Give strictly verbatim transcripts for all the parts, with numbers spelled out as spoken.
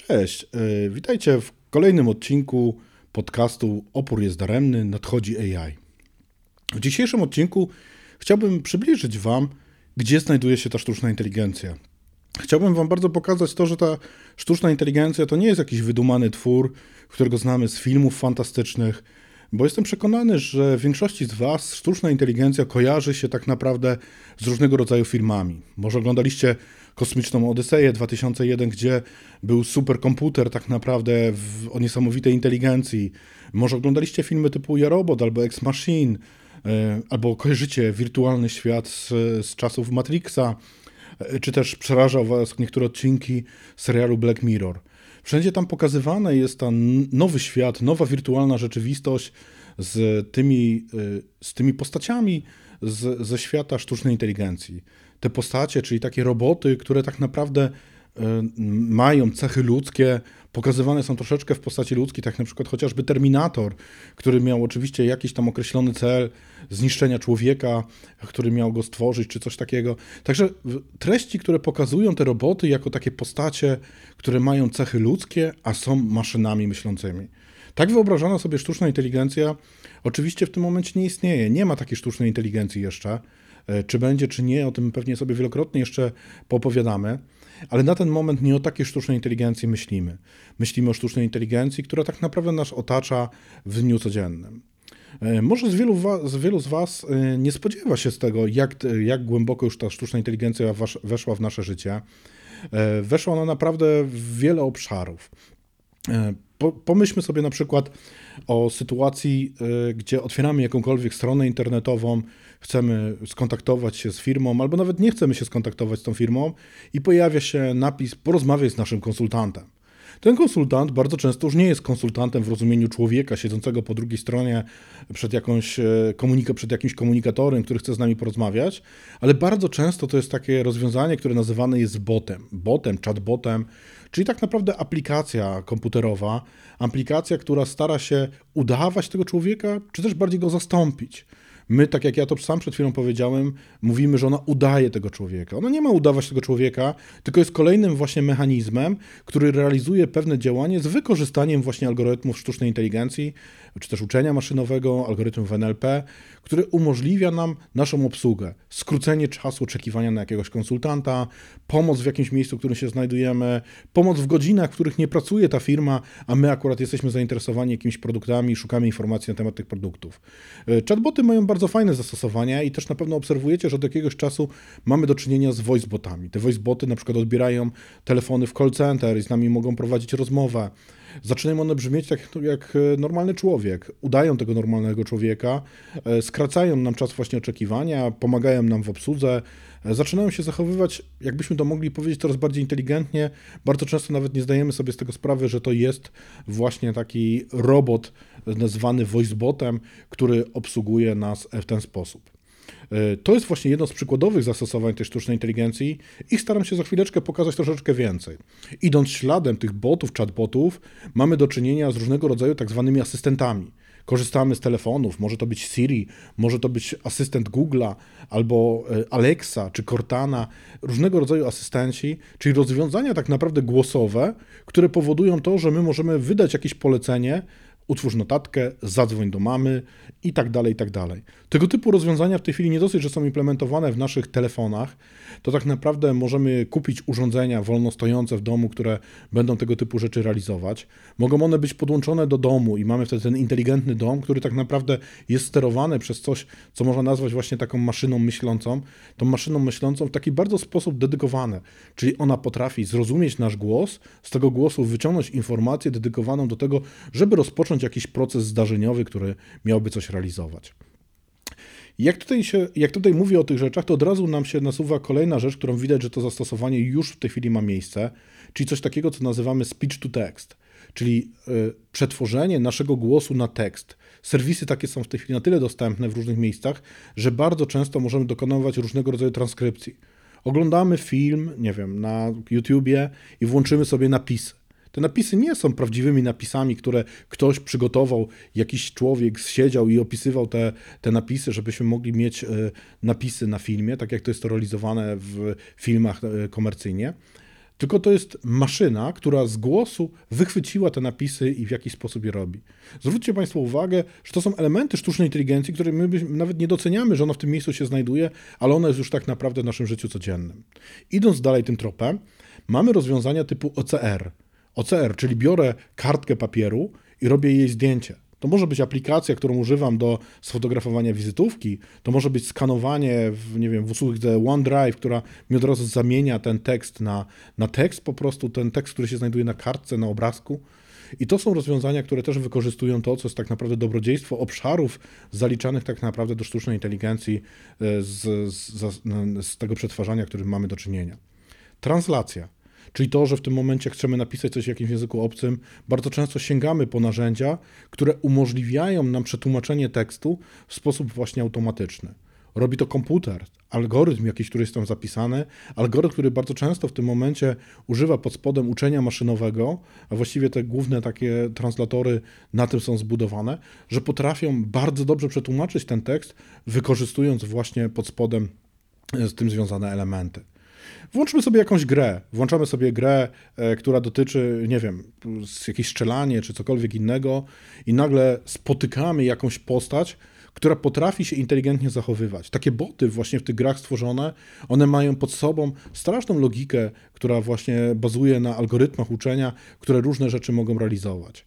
Cześć, yy, witajcie w kolejnym odcinku podcastu Opór jest daremny, nadchodzi A I. W dzisiejszym odcinku chciałbym przybliżyć Wam, gdzie znajduje się ta sztuczna inteligencja. Chciałbym Wam bardzo pokazać to, że ta sztuczna inteligencja to nie jest jakiś wydumany twór, którego znamy z filmów fantastycznych, bo jestem przekonany, że w większości z Was sztuczna inteligencja kojarzy się tak naprawdę z różnego rodzaju filmami. Może oglądaliście Kosmiczną Odyseję dwa tysiące jeden, gdzie był superkomputer tak naprawdę w, o niesamowitej inteligencji. Może oglądaliście filmy typu Ja Robot albo Ex Machina, yy, albo kojarzycie wirtualny świat z, z czasów Matrixa, yy, czy też przerażał Was niektóre odcinki serialu Black Mirror. Wszędzie tam pokazywane jest ten nowy świat, nowa wirtualna rzeczywistość z tymi, z tymi postaciami z, ze świata sztucznej inteligencji. Te postacie, czyli takie roboty, które tak naprawdę mają cechy ludzkie, pokazywane są troszeczkę w postaci ludzkiej, tak na przykład chociażby Terminator, który miał oczywiście jakiś tam określony cel zniszczenia człowieka, który miał go stworzyć, czy coś takiego. Także treści, które pokazują te roboty jako takie postacie, które mają cechy ludzkie, a są maszynami myślącymi. Tak wyobrażona sobie sztuczna inteligencja oczywiście w tym momencie nie istnieje. Nie ma takiej sztucznej inteligencji jeszcze. Czy będzie, czy nie, o tym pewnie sobie wielokrotnie jeszcze poopowiadamy. Ale na ten moment nie o takiej sztucznej inteligencji myślimy. Myślimy o sztucznej inteligencji, która tak naprawdę nas otacza w dniu codziennym. Może z wielu, z wielu z Was nie spodziewa się z tego, jak, jak głęboko już ta sztuczna inteligencja weszła w nasze życie. Weszła ona naprawdę w wiele obszarów. Pomyślmy sobie na przykład o sytuacji, gdzie otwieramy jakąkolwiek stronę internetową, chcemy skontaktować się z firmą, albo nawet nie chcemy się skontaktować z tą firmą i pojawia się napis porozmawiaj z naszym konsultantem. Ten konsultant bardzo często już nie jest konsultantem w rozumieniu człowieka siedzącego po drugiej stronie przed, jakąś komunika- przed jakimś komunikatorem, który chce z nami porozmawiać, ale bardzo często to jest takie rozwiązanie, które nazywane jest botem, botem, chatbotem, czyli tak naprawdę aplikacja komputerowa, aplikacja, która stara się udawać tego człowieka, czy też bardziej go zastąpić. My, tak jak ja to sam przed chwilą powiedziałem, mówimy, że ona udaje tego człowieka. Ona nie ma udawać tego człowieka, tylko jest kolejnym właśnie mechanizmem, który realizuje pewne działanie z wykorzystaniem właśnie algorytmów sztucznej inteligencji, czy też uczenia maszynowego, algorytmów N L P, który umożliwia nam naszą obsługę, skrócenie czasu oczekiwania na jakiegoś konsultanta, pomoc w jakimś miejscu, w którym się znajdujemy, pomoc w godzinach, w których nie pracuje ta firma, a my akurat jesteśmy zainteresowani jakimiś produktami i szukamy informacji na temat tych produktów. Chatboty mają bardzo fajne zastosowania i też na pewno obserwujecie, że od jakiegoś czasu mamy do czynienia z voicebotami. Te voiceboty na przykład odbierają telefony w call center i z nami mogą prowadzić rozmowę. Zaczynają one brzmieć tak jak normalny człowiek, udają tego normalnego człowieka, skracają nam czas właśnie oczekiwania, pomagają nam w obsłudze, zaczynają się zachowywać, jakbyśmy to mogli powiedzieć, coraz bardziej inteligentnie. Bardzo często nawet nie zdajemy sobie z tego sprawy, że to jest właśnie taki robot nazwany voicebotem, który obsługuje nas w ten sposób. To jest właśnie jedno z przykładowych zastosowań tej sztucznej inteligencji i staram się za chwileczkę pokazać troszeczkę więcej. Idąc śladem tych botów, chatbotów, mamy do czynienia z różnego rodzaju tak zwanymi asystentami. Korzystamy z telefonów, może to być Siri, może to być asystent Google'a, albo Alexa, czy Cortana, różnego rodzaju asystenci, czyli rozwiązania tak naprawdę głosowe, które powodują to, że my możemy wydać jakieś polecenie, utwórz notatkę, zadzwoń do mamy i tak dalej, i tak dalej. Tego typu rozwiązania w tej chwili nie dosyć, że są implementowane w naszych telefonach, to tak naprawdę możemy kupić urządzenia wolno stojące w domu, które będą tego typu rzeczy realizować. Mogą one być podłączone do domu i mamy wtedy ten inteligentny dom, który tak naprawdę jest sterowany przez coś, co można nazwać właśnie taką maszyną myślącą, tą maszyną myślącą w taki bardzo sposób dedykowany, czyli ona potrafi zrozumieć nasz głos, z tego głosu wyciągnąć informację dedykowaną do tego, żeby rozpocząć jakiś proces zdarzeniowy, który miałby coś realizować. Jak tutaj, się, jak tutaj mówię o tych rzeczach, to od razu nam się nasuwa kolejna rzecz, którą widać, że to zastosowanie już w tej chwili ma miejsce, czyli coś takiego, co nazywamy speech to text, czyli y, przetworzenie naszego głosu na tekst. Serwisy takie są w tej chwili na tyle dostępne w różnych miejscach, że bardzo często możemy dokonywać różnego rodzaju transkrypcji. Oglądamy film, nie wiem, na YouTubie i włączymy sobie napisy. Te napisy nie są prawdziwymi napisami, które ktoś przygotował, jakiś człowiek siedział i opisywał te, te napisy, żebyśmy mogli mieć napisy na filmie, tak jak to jest to realizowane w filmach komercyjnie. tylko to jest maszyna, która z głosu wychwyciła te napisy i w jakiś sposób je robi. Zwróćcie Państwo uwagę, że to są elementy sztucznej inteligencji, które my nawet nie doceniamy, że ona w tym miejscu się znajduje, ale ona jest już tak naprawdę w naszym życiu codziennym. Idąc dalej tym tropem, mamy rozwiązania typu O C R. O C R, czyli biorę kartkę papieru i robię jej zdjęcie. To może być aplikacja, którą używam do sfotografowania wizytówki, to może być skanowanie w, nie wiem, w usłudze OneDrive, która mi od razu zamienia ten tekst na, na tekst, po prostu ten tekst, który się znajduje na kartce, na obrazku. I to są rozwiązania, które też wykorzystują to, co jest tak naprawdę dobrodziejstwo obszarów zaliczanych tak naprawdę do sztucznej inteligencji z, z, z tego przetwarzania, którym mamy do czynienia. Translacja. Czyli to, że w tym momencie chcemy napisać coś w jakimś języku obcym, bardzo często sięgamy po narzędzia, które umożliwiają nam przetłumaczenie tekstu w sposób właśnie automatyczny. Robi to komputer, algorytm jakiś, który jest tam zapisany, algorytm, który bardzo często w tym momencie używa pod spodem uczenia maszynowego, a właściwie te główne takie translatory na tym są zbudowane, że potrafią bardzo dobrze przetłumaczyć ten tekst, wykorzystując właśnie pod spodem z tym związane elementy. Włączmy sobie jakąś grę, włączamy sobie grę, e, która dotyczy, nie wiem, jakieś strzelanie czy cokolwiek innego i nagle spotykamy jakąś postać, która potrafi się inteligentnie zachowywać. Takie boty właśnie w tych grach stworzone, one mają pod sobą straszną logikę, która właśnie bazuje na algorytmach uczenia, które różne rzeczy mogą realizować.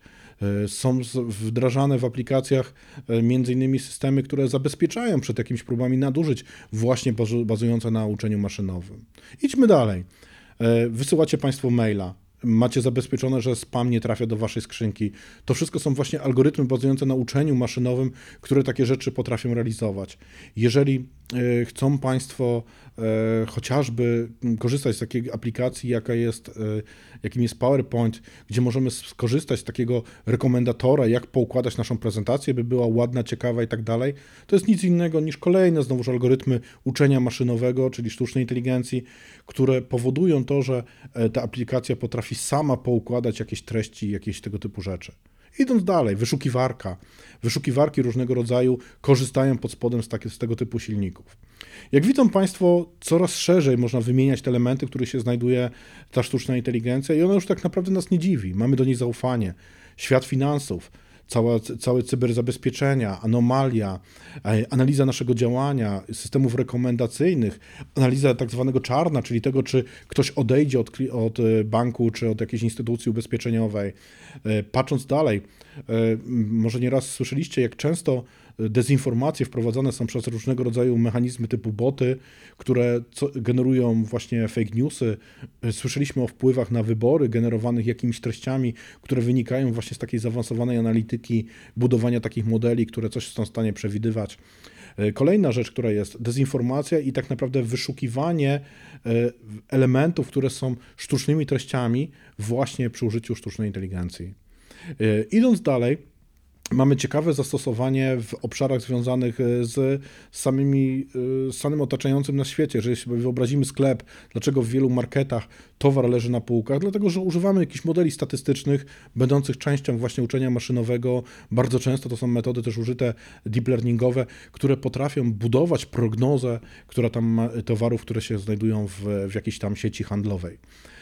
Są wdrażane w aplikacjach między innymi systemy, które zabezpieczają przed jakimiś próbami nadużyć, właśnie bazujące na uczeniu maszynowym. Idźmy dalej. Wysyłacie Państwo maila. Macie zabezpieczone, że spam nie trafia do waszej skrzynki. To wszystko są właśnie algorytmy bazujące na uczeniu maszynowym, które takie rzeczy potrafią realizować. Jeżeli y, chcą Państwo y, chociażby korzystać z takiej aplikacji, jaka jest, y, jakim jest PowerPoint, gdzie możemy skorzystać z takiego rekomendatora, jak poukładać naszą prezentację, by była ładna, ciekawa i tak dalej, to jest nic innego niż kolejne znowuż algorytmy uczenia maszynowego, czyli sztucznej inteligencji, które powodują to, że ta aplikacja potrafi sama poukładać jakieś treści, jakieś tego typu rzeczy. Idąc dalej, wyszukiwarka. Wyszukiwarki różnego rodzaju korzystają pod spodem z, takie, z tego typu silników. Jak widzą Państwo, coraz szerzej można wymieniać te elementy, w których się znajduje ta sztuczna inteligencja i ona już tak naprawdę nas nie dziwi. Mamy do niej zaufanie. Świat finansów, Cała, całe cyberzabezpieczenia, anomalia, analiza naszego działania, systemów rekomendacyjnych, analiza tak zwanego czarna, czyli tego, czy ktoś odejdzie od, od banku, czy od jakiejś instytucji ubezpieczeniowej. Patrząc dalej, może nieraz słyszeliście, jak często dezinformacje wprowadzane są przez różnego rodzaju mechanizmy typu boty, które generują właśnie fake newsy. Słyszeliśmy o wpływach na wybory generowanych jakimiś treściami, które wynikają właśnie z takiej zaawansowanej analityki, budowania takich modeli, które coś są w stanie przewidywać. Kolejna rzecz, która jest dezinformacja i tak naprawdę wyszukiwanie elementów, które są sztucznymi treściami właśnie przy użyciu sztucznej inteligencji. Idąc dalej, mamy ciekawe zastosowanie w obszarach związanych z, samymi, z samym otaczającym nas świecie. Jeżeli sobie wyobrazimy sklep, dlaczego w wielu marketach towar leży na półkach? Dlatego, że używamy jakichś modeli statystycznych, będących częścią właśnie uczenia maszynowego. Bardzo często to są metody też użyte deep learningowe, które potrafią budować prognozę, która tam ma towarów, które się znajdują w, w jakiejś tam sieci handlowej.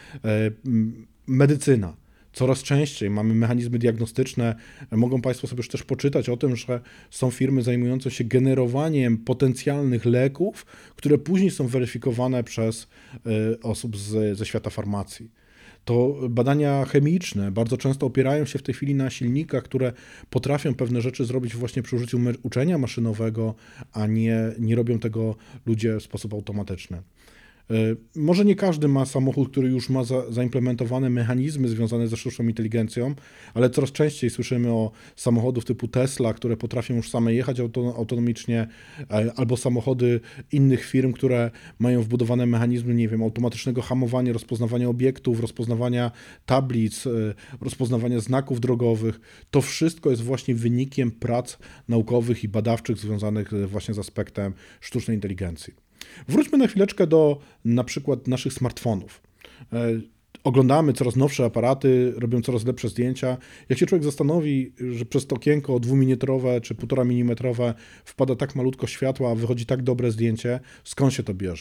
Medycyna. Coraz częściej mamy mechanizmy diagnostyczne. Mogą Państwo sobie już też poczytać o tym, że są firmy zajmujące się generowaniem potencjalnych leków, które później są weryfikowane przez osób z, ze świata farmacji. To badania chemiczne bardzo często opierają się w tej chwili na silnikach, które potrafią pewne rzeczy zrobić właśnie przy użyciu uczenia maszynowego, a nie, nie robią tego ludzie w sposób automatyczny. Może nie każdy ma samochód, który już ma za, zaimplementowane mechanizmy związane ze sztuczną inteligencją, ale coraz częściej słyszymy o samochodów typu Tesla, które potrafią już same jechać auto, autonomicznie, albo samochody innych firm, które mają wbudowane mechanizmy, nie wiem, automatycznego hamowania, rozpoznawania obiektów, rozpoznawania tablic, rozpoznawania znaków drogowych. To wszystko jest właśnie wynikiem prac naukowych i badawczych związanych właśnie z aspektem sztucznej inteligencji. Wróćmy na chwileczkę do na przykład naszych smartfonów. Oglądamy coraz nowsze aparaty, robią coraz lepsze zdjęcia. Jak się człowiek zastanowi, że przez to okienko dwumilimetrowe czy półtora milimetrowe wpada tak malutko światła, a wychodzi tak dobre zdjęcie, skąd się to bierze?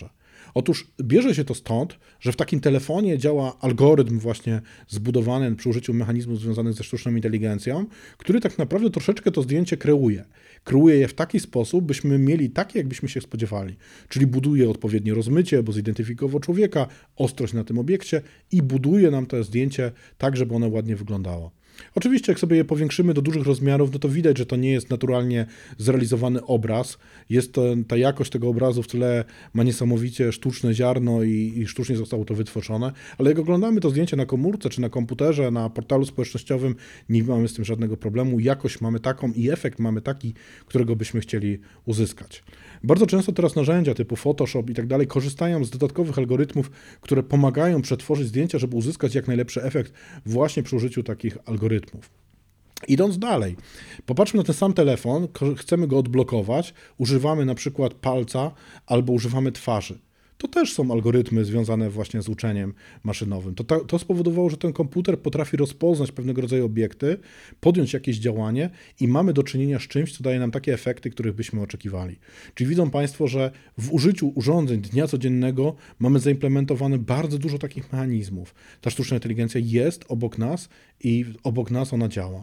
Otóż bierze się to stąd, że w takim telefonie działa algorytm właśnie zbudowany przy użyciu mechanizmów związanych ze sztuczną inteligencją, który tak naprawdę troszeczkę to zdjęcie kreuje. Kreuje je w taki sposób, byśmy mieli takie, jakbyśmy się spodziewali. Czyli buduje odpowiednie rozmycie, bo zidentyfikował człowieka, ostrość na tym obiekcie i buduje nam to zdjęcie tak, żeby ono ładnie wyglądało. Oczywiście, jak sobie je powiększymy do dużych rozmiarów, no to widać, że to nie jest naturalnie zrealizowany obraz. Jest to, ta jakość tego obrazu w tle ma niesamowicie sztuczne ziarno i, i sztucznie zostało to wytworzone, ale jak oglądamy to zdjęcie na komórce czy na komputerze, na portalu społecznościowym, nie mamy z tym żadnego problemu. Jakość mamy taką i efekt mamy taki, którego byśmy chcieli uzyskać. Bardzo często teraz narzędzia typu Photoshop i tak dalej korzystają z dodatkowych algorytmów, które pomagają przetworzyć zdjęcia, żeby uzyskać jak najlepszy efekt właśnie przy użyciu takich algorytmów. Idąc dalej, popatrzmy na ten sam telefon, chcemy go odblokować, używamy na przykład palca albo używamy twarzy. To też są algorytmy związane właśnie z uczeniem maszynowym. To, to, to spowodowało, że ten komputer potrafi rozpoznać pewnego rodzaju obiekty, podjąć jakieś działanie i mamy do czynienia z czymś, co daje nam takie efekty, których byśmy oczekiwali. Czyli widzą Państwo, że w użyciu urządzeń dnia codziennego mamy zaimplementowane bardzo dużo takich mechanizmów. Ta sztuczna inteligencja jest obok nas i obok nas ona działa.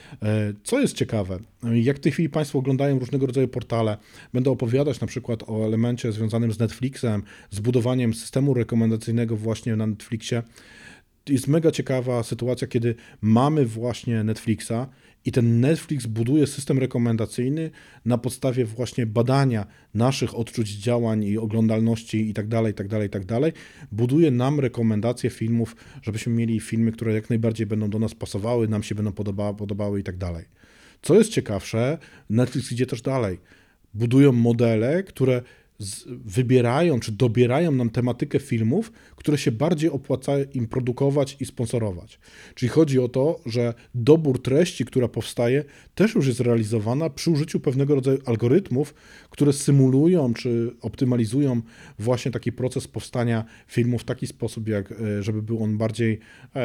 Co jest ciekawe, jak w tej chwili Państwo oglądają różnego rodzaju portale, będę opowiadać na przykład o elemencie związanym z Netflixem, z budowaniem systemu rekomendacyjnego właśnie na Netflixie. Jest mega ciekawa sytuacja, kiedy mamy właśnie Netflixa i ten Netflix buduje system rekomendacyjny na podstawie właśnie badania naszych odczuć, działań i oglądalności i tak dalej, i tak dalej, i tak dalej. Buduje nam rekomendacje filmów, żebyśmy mieli filmy, które jak najbardziej będą do nas pasowały, nam się będą podobały, podobały i tak dalej. Co jest ciekawsze, Netflix idzie też dalej. Budują modele, które z, wybierają czy dobierają nam tematykę filmów, które się bardziej opłaca im produkować i sponsorować. Czyli chodzi o to, że dobór treści, która powstaje, też już jest realizowana przy użyciu pewnego rodzaju algorytmów, które symulują czy optymalizują właśnie taki proces powstania filmu w taki sposób, jak żeby był on bardziej,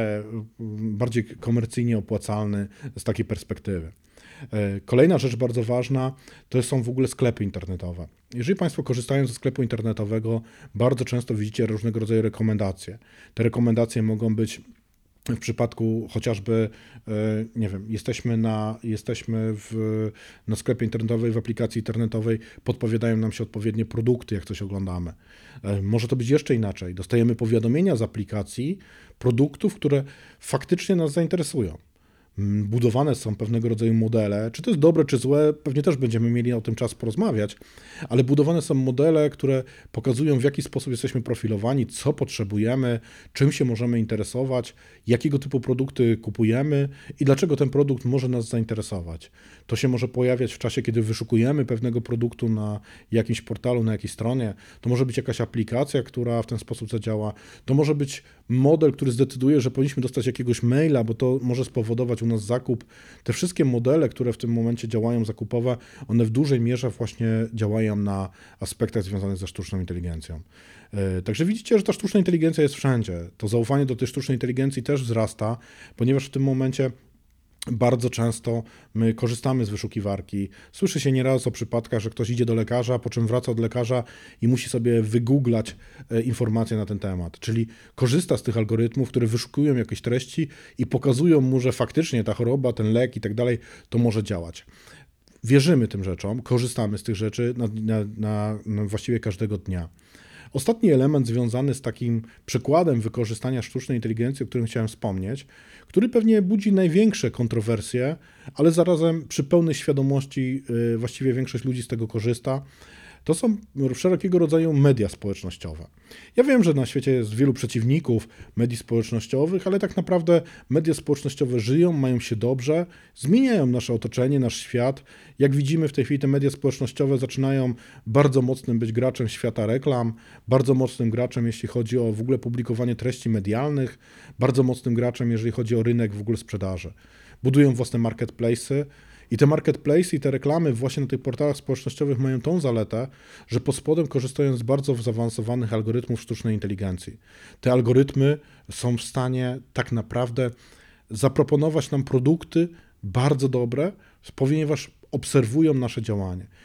bardziej komercyjnie opłacalny z takiej perspektywy. Kolejna rzecz bardzo ważna to są w ogóle sklepy internetowe. Jeżeli Państwo korzystają ze sklepu internetowego, bardzo często widzicie różnego rodzaju rekomendacje. Te rekomendacje mogą być w przypadku chociażby, nie wiem, jesteśmy na, jesteśmy w, na sklepie internetowym, w aplikacji internetowej, podpowiadają nam się odpowiednie produkty, jak coś oglądamy. Może to być jeszcze inaczej. Dostajemy powiadomienia z aplikacji produktów, które faktycznie nas zainteresują. Budowane są pewnego rodzaju modele. Czy to jest dobre, czy złe, pewnie też będziemy mieli o tym czas porozmawiać, ale budowane są modele, które pokazują, w jaki sposób jesteśmy profilowani, co potrzebujemy, czym się możemy interesować, jakiego typu produkty kupujemy i dlaczego ten produkt może nas zainteresować. To się może pojawiać w czasie, kiedy wyszukujemy pewnego produktu na jakimś portalu, na jakiejś stronie. To może być jakaś aplikacja, która w ten sposób zadziała. To może być model, który zdecyduje, że powinniśmy dostać jakiegoś maila, bo to może spowodować u nas zakup. Te wszystkie modele, które w tym momencie działają zakupowe, one w dużej mierze właśnie działają na aspektach związanych ze sztuczną inteligencją. Także widzicie, że ta sztuczna inteligencja jest wszędzie. To zaufanie do tej sztucznej inteligencji też wzrasta, ponieważ w tym momencie bardzo często my korzystamy z wyszukiwarki. Słyszy się nieraz o przypadkach, że ktoś idzie do lekarza, po czym wraca od lekarza i musi sobie wygooglać informacje na ten temat. Czyli korzysta z tych algorytmów, które wyszukują jakieś treści i pokazują mu, że faktycznie ta choroba, ten lek i tak dalej, to może działać. Wierzymy tym rzeczom, korzystamy z tych rzeczy na, na, na, na właściwie każdego dnia. Ostatni element związany z takim przykładem wykorzystania sztucznej inteligencji, o którym chciałem wspomnieć, który pewnie budzi największe kontrowersje, ale zarazem przy pełnej świadomości właściwie większość ludzi z tego korzysta, to są wszelkiego rodzaju media społecznościowe. Ja wiem, że na świecie jest wielu przeciwników mediów społecznościowych, ale tak naprawdę media społecznościowe żyją, mają się dobrze, zmieniają nasze otoczenie, nasz świat. Jak widzimy w tej chwili te media społecznościowe zaczynają bardzo mocnym być graczem świata reklam, bardzo mocnym graczem, jeśli chodzi o w ogóle publikowanie treści medialnych, bardzo mocnym graczem, jeżeli chodzi o rynek w ogóle sprzedaży. Budują własne marketplace'y. I te marketplace i te reklamy właśnie na tych portalach społecznościowych mają tą zaletę, że pod spodem korzystają z bardzo zaawansowanych algorytmów sztucznej inteligencji. Te algorytmy są w stanie tak naprawdę zaproponować nam produkty bardzo dobre, ponieważ obserwują nasze działanie.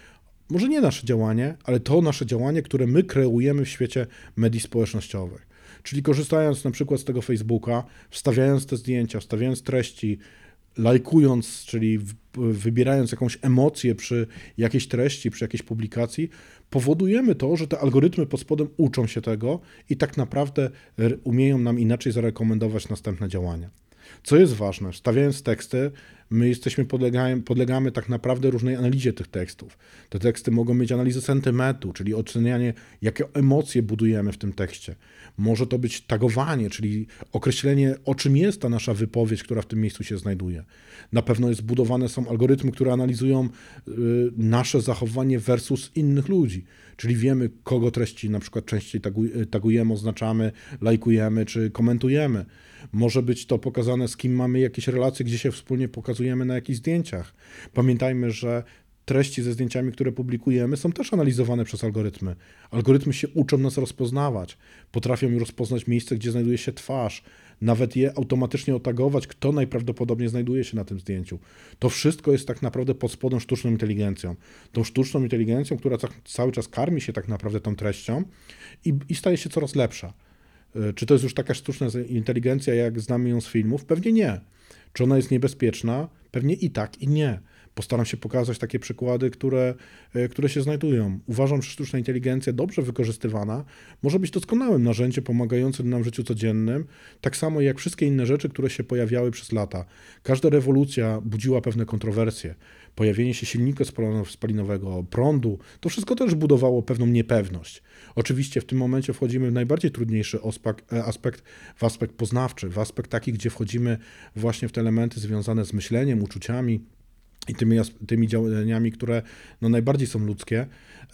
może nie nasze działanie, ale to nasze działanie, które my kreujemy w świecie mediów społecznościowych. Czyli korzystając na przykład z tego Facebooka, wstawiając te zdjęcia, wstawiając treści, lajkując, czyli wybierając jakąś emocję przy jakiejś treści, przy jakiejś publikacji, powodujemy to, że te algorytmy pod spodem uczą się tego i tak naprawdę umieją nam inaczej zarekomendować następne działania. Co jest ważne, wstawiając teksty, my jesteśmy, podlegamy, podlegamy tak naprawdę różnej analizie tych tekstów. Te teksty mogą mieć analizę sentymentu, czyli ocenianie, jakie emocje budujemy w tym tekście. Może to być tagowanie, czyli określenie, o czym jest ta nasza wypowiedź, która w tym miejscu się znajduje. Na pewno jest budowane są algorytmy, które analizują y, nasze zachowanie versus innych ludzi. Czyli wiemy, kogo treści na przykład częściej tagujemy, oznaczamy, lajkujemy czy komentujemy. Może być to pokazane, z kim mamy jakieś relacje, gdzie się wspólnie pokazujemy na jakichś zdjęciach. Pamiętajmy, że treści ze zdjęciami, które publikujemy, są też analizowane przez algorytmy. Algorytmy się uczą nas rozpoznawać, potrafią rozpoznać miejsce, gdzie znajduje się twarz, nawet je automatycznie otagować, kto najprawdopodobniej znajduje się na tym zdjęciu. To wszystko jest tak naprawdę pod spodem sztuczną inteligencją. Tą sztuczną inteligencją, która cały czas karmi się tak naprawdę tą treścią i, i staje się coraz lepsza. Czy to jest już taka sztuczna inteligencja, jak znamy ją z filmów? Pewnie nie. Czy ona jest niebezpieczna? Pewnie i tak, i nie. Postaram się pokazać takie przykłady, które, które się znajdują. Uważam, że sztuczna inteligencja dobrze wykorzystywana może być doskonałym narzędziem pomagającym nam w życiu codziennym, tak samo jak wszystkie inne rzeczy, które się pojawiały przez lata. Każda rewolucja budziła pewne kontrowersje. Pojawienie się silnika spalinowego, prądu, to wszystko też budowało pewną niepewność. Oczywiście w tym momencie wchodzimy w najbardziej trudniejszy aspekt, w aspekt poznawczy, w aspekt taki, gdzie wchodzimy właśnie w te elementy związane z myśleniem, uczuciami, i tymi, tymi działaniami, które no najbardziej są ludzkie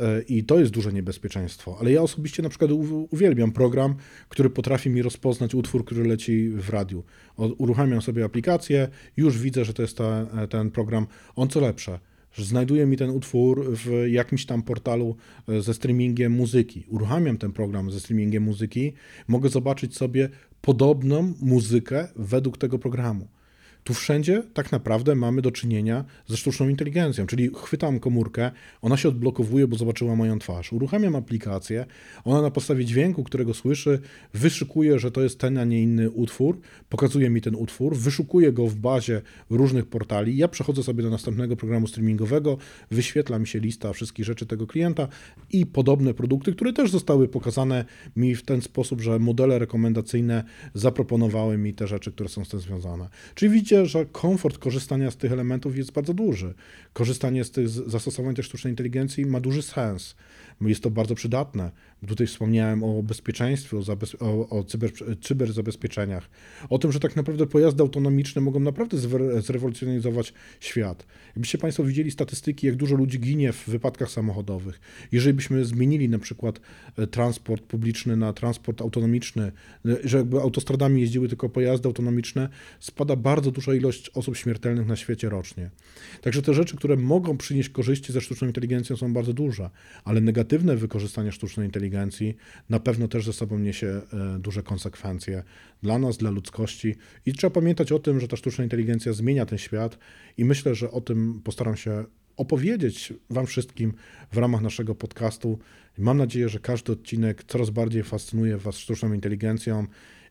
i to jest duże niebezpieczeństwo. Ale ja osobiście na przykład uwielbiam program, który potrafi mi rozpoznać utwór, który leci w radiu. Uruchamiam sobie aplikację, już widzę, że to jest ta, ten program. On co lepsze, że znajduje mi ten utwór w jakimś tam portalu ze streamingiem muzyki. Uruchamiam ten program ze streamingiem muzyki, mogę zobaczyć sobie podobną muzykę według tego programu. Tu wszędzie tak naprawdę mamy do czynienia ze sztuczną inteligencją, czyli chwytam komórkę, ona się odblokowuje, bo zobaczyła moją twarz. Uruchamiam aplikację, ona na podstawie dźwięku, którego słyszy, wyszukuje, że to jest ten, a nie inny utwór, pokazuje mi ten utwór, wyszukuje go w bazie różnych portali, ja przechodzę sobie do następnego programu streamingowego, wyświetla mi się lista wszystkich rzeczy tego klienta i podobne produkty, które też zostały pokazane mi w ten sposób, że modele rekomendacyjne zaproponowały mi te rzeczy, które są z tym związane. Czyli widzicie, że komfort korzystania z tych elementów jest bardzo duży. Korzystanie z tych zastosowań tej sztucznej inteligencji ma duży sens. Jest to bardzo przydatne. Tutaj wspomniałem o bezpieczeństwie, o, zabez... o, o cyber... cyberzabezpieczeniach, o tym, że tak naprawdę pojazdy autonomiczne mogą naprawdę zrewolucjonizować świat. Jakbyście Państwo widzieli statystyki, jak dużo ludzi ginie w wypadkach samochodowych. Jeżeli byśmy zmienili na przykład transport publiczny na transport autonomiczny, że jakby autostradami jeździły tylko pojazdy autonomiczne, spada bardzo duża ilość osób śmiertelnych na świecie rocznie. Także te rzeczy, które mogą przynieść korzyści ze sztuczną inteligencją, są bardzo duże, ale negatywne wykorzystanie sztucznej inteligencji na pewno też ze sobą niesie duże konsekwencje dla nas, dla ludzkości i trzeba pamiętać o tym, że ta sztuczna inteligencja zmienia ten świat i myślę, że o tym postaram się opowiedzieć Wam wszystkim w ramach naszego podcastu. Mam nadzieję, że każdy odcinek coraz bardziej fascynuje Was sztuczną inteligencją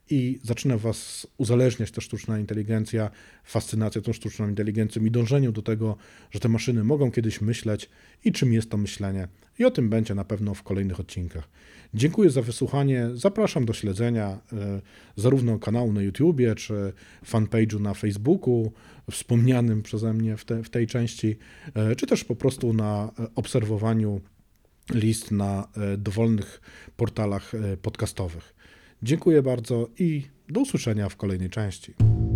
i zaczyna Was uzależniać ta sztuczna inteligencja, fascynacja tą sztuczną inteligencją i dążeniu do tego, że te maszyny mogą kiedyś myśleć i czym jest to myślenie. I o tym będzie na pewno w kolejnych odcinkach. Dziękuję za wysłuchanie. Zapraszam do śledzenia y, zarówno kanału na YouTubie, czy fanpage'u na Facebooku, wspomnianym przeze mnie w, te, w tej części, y, czy też po prostu na obserwowaniu list na y, dowolnych portalach y, podcastowych. Dziękuję bardzo i do usłyszenia w kolejnej części.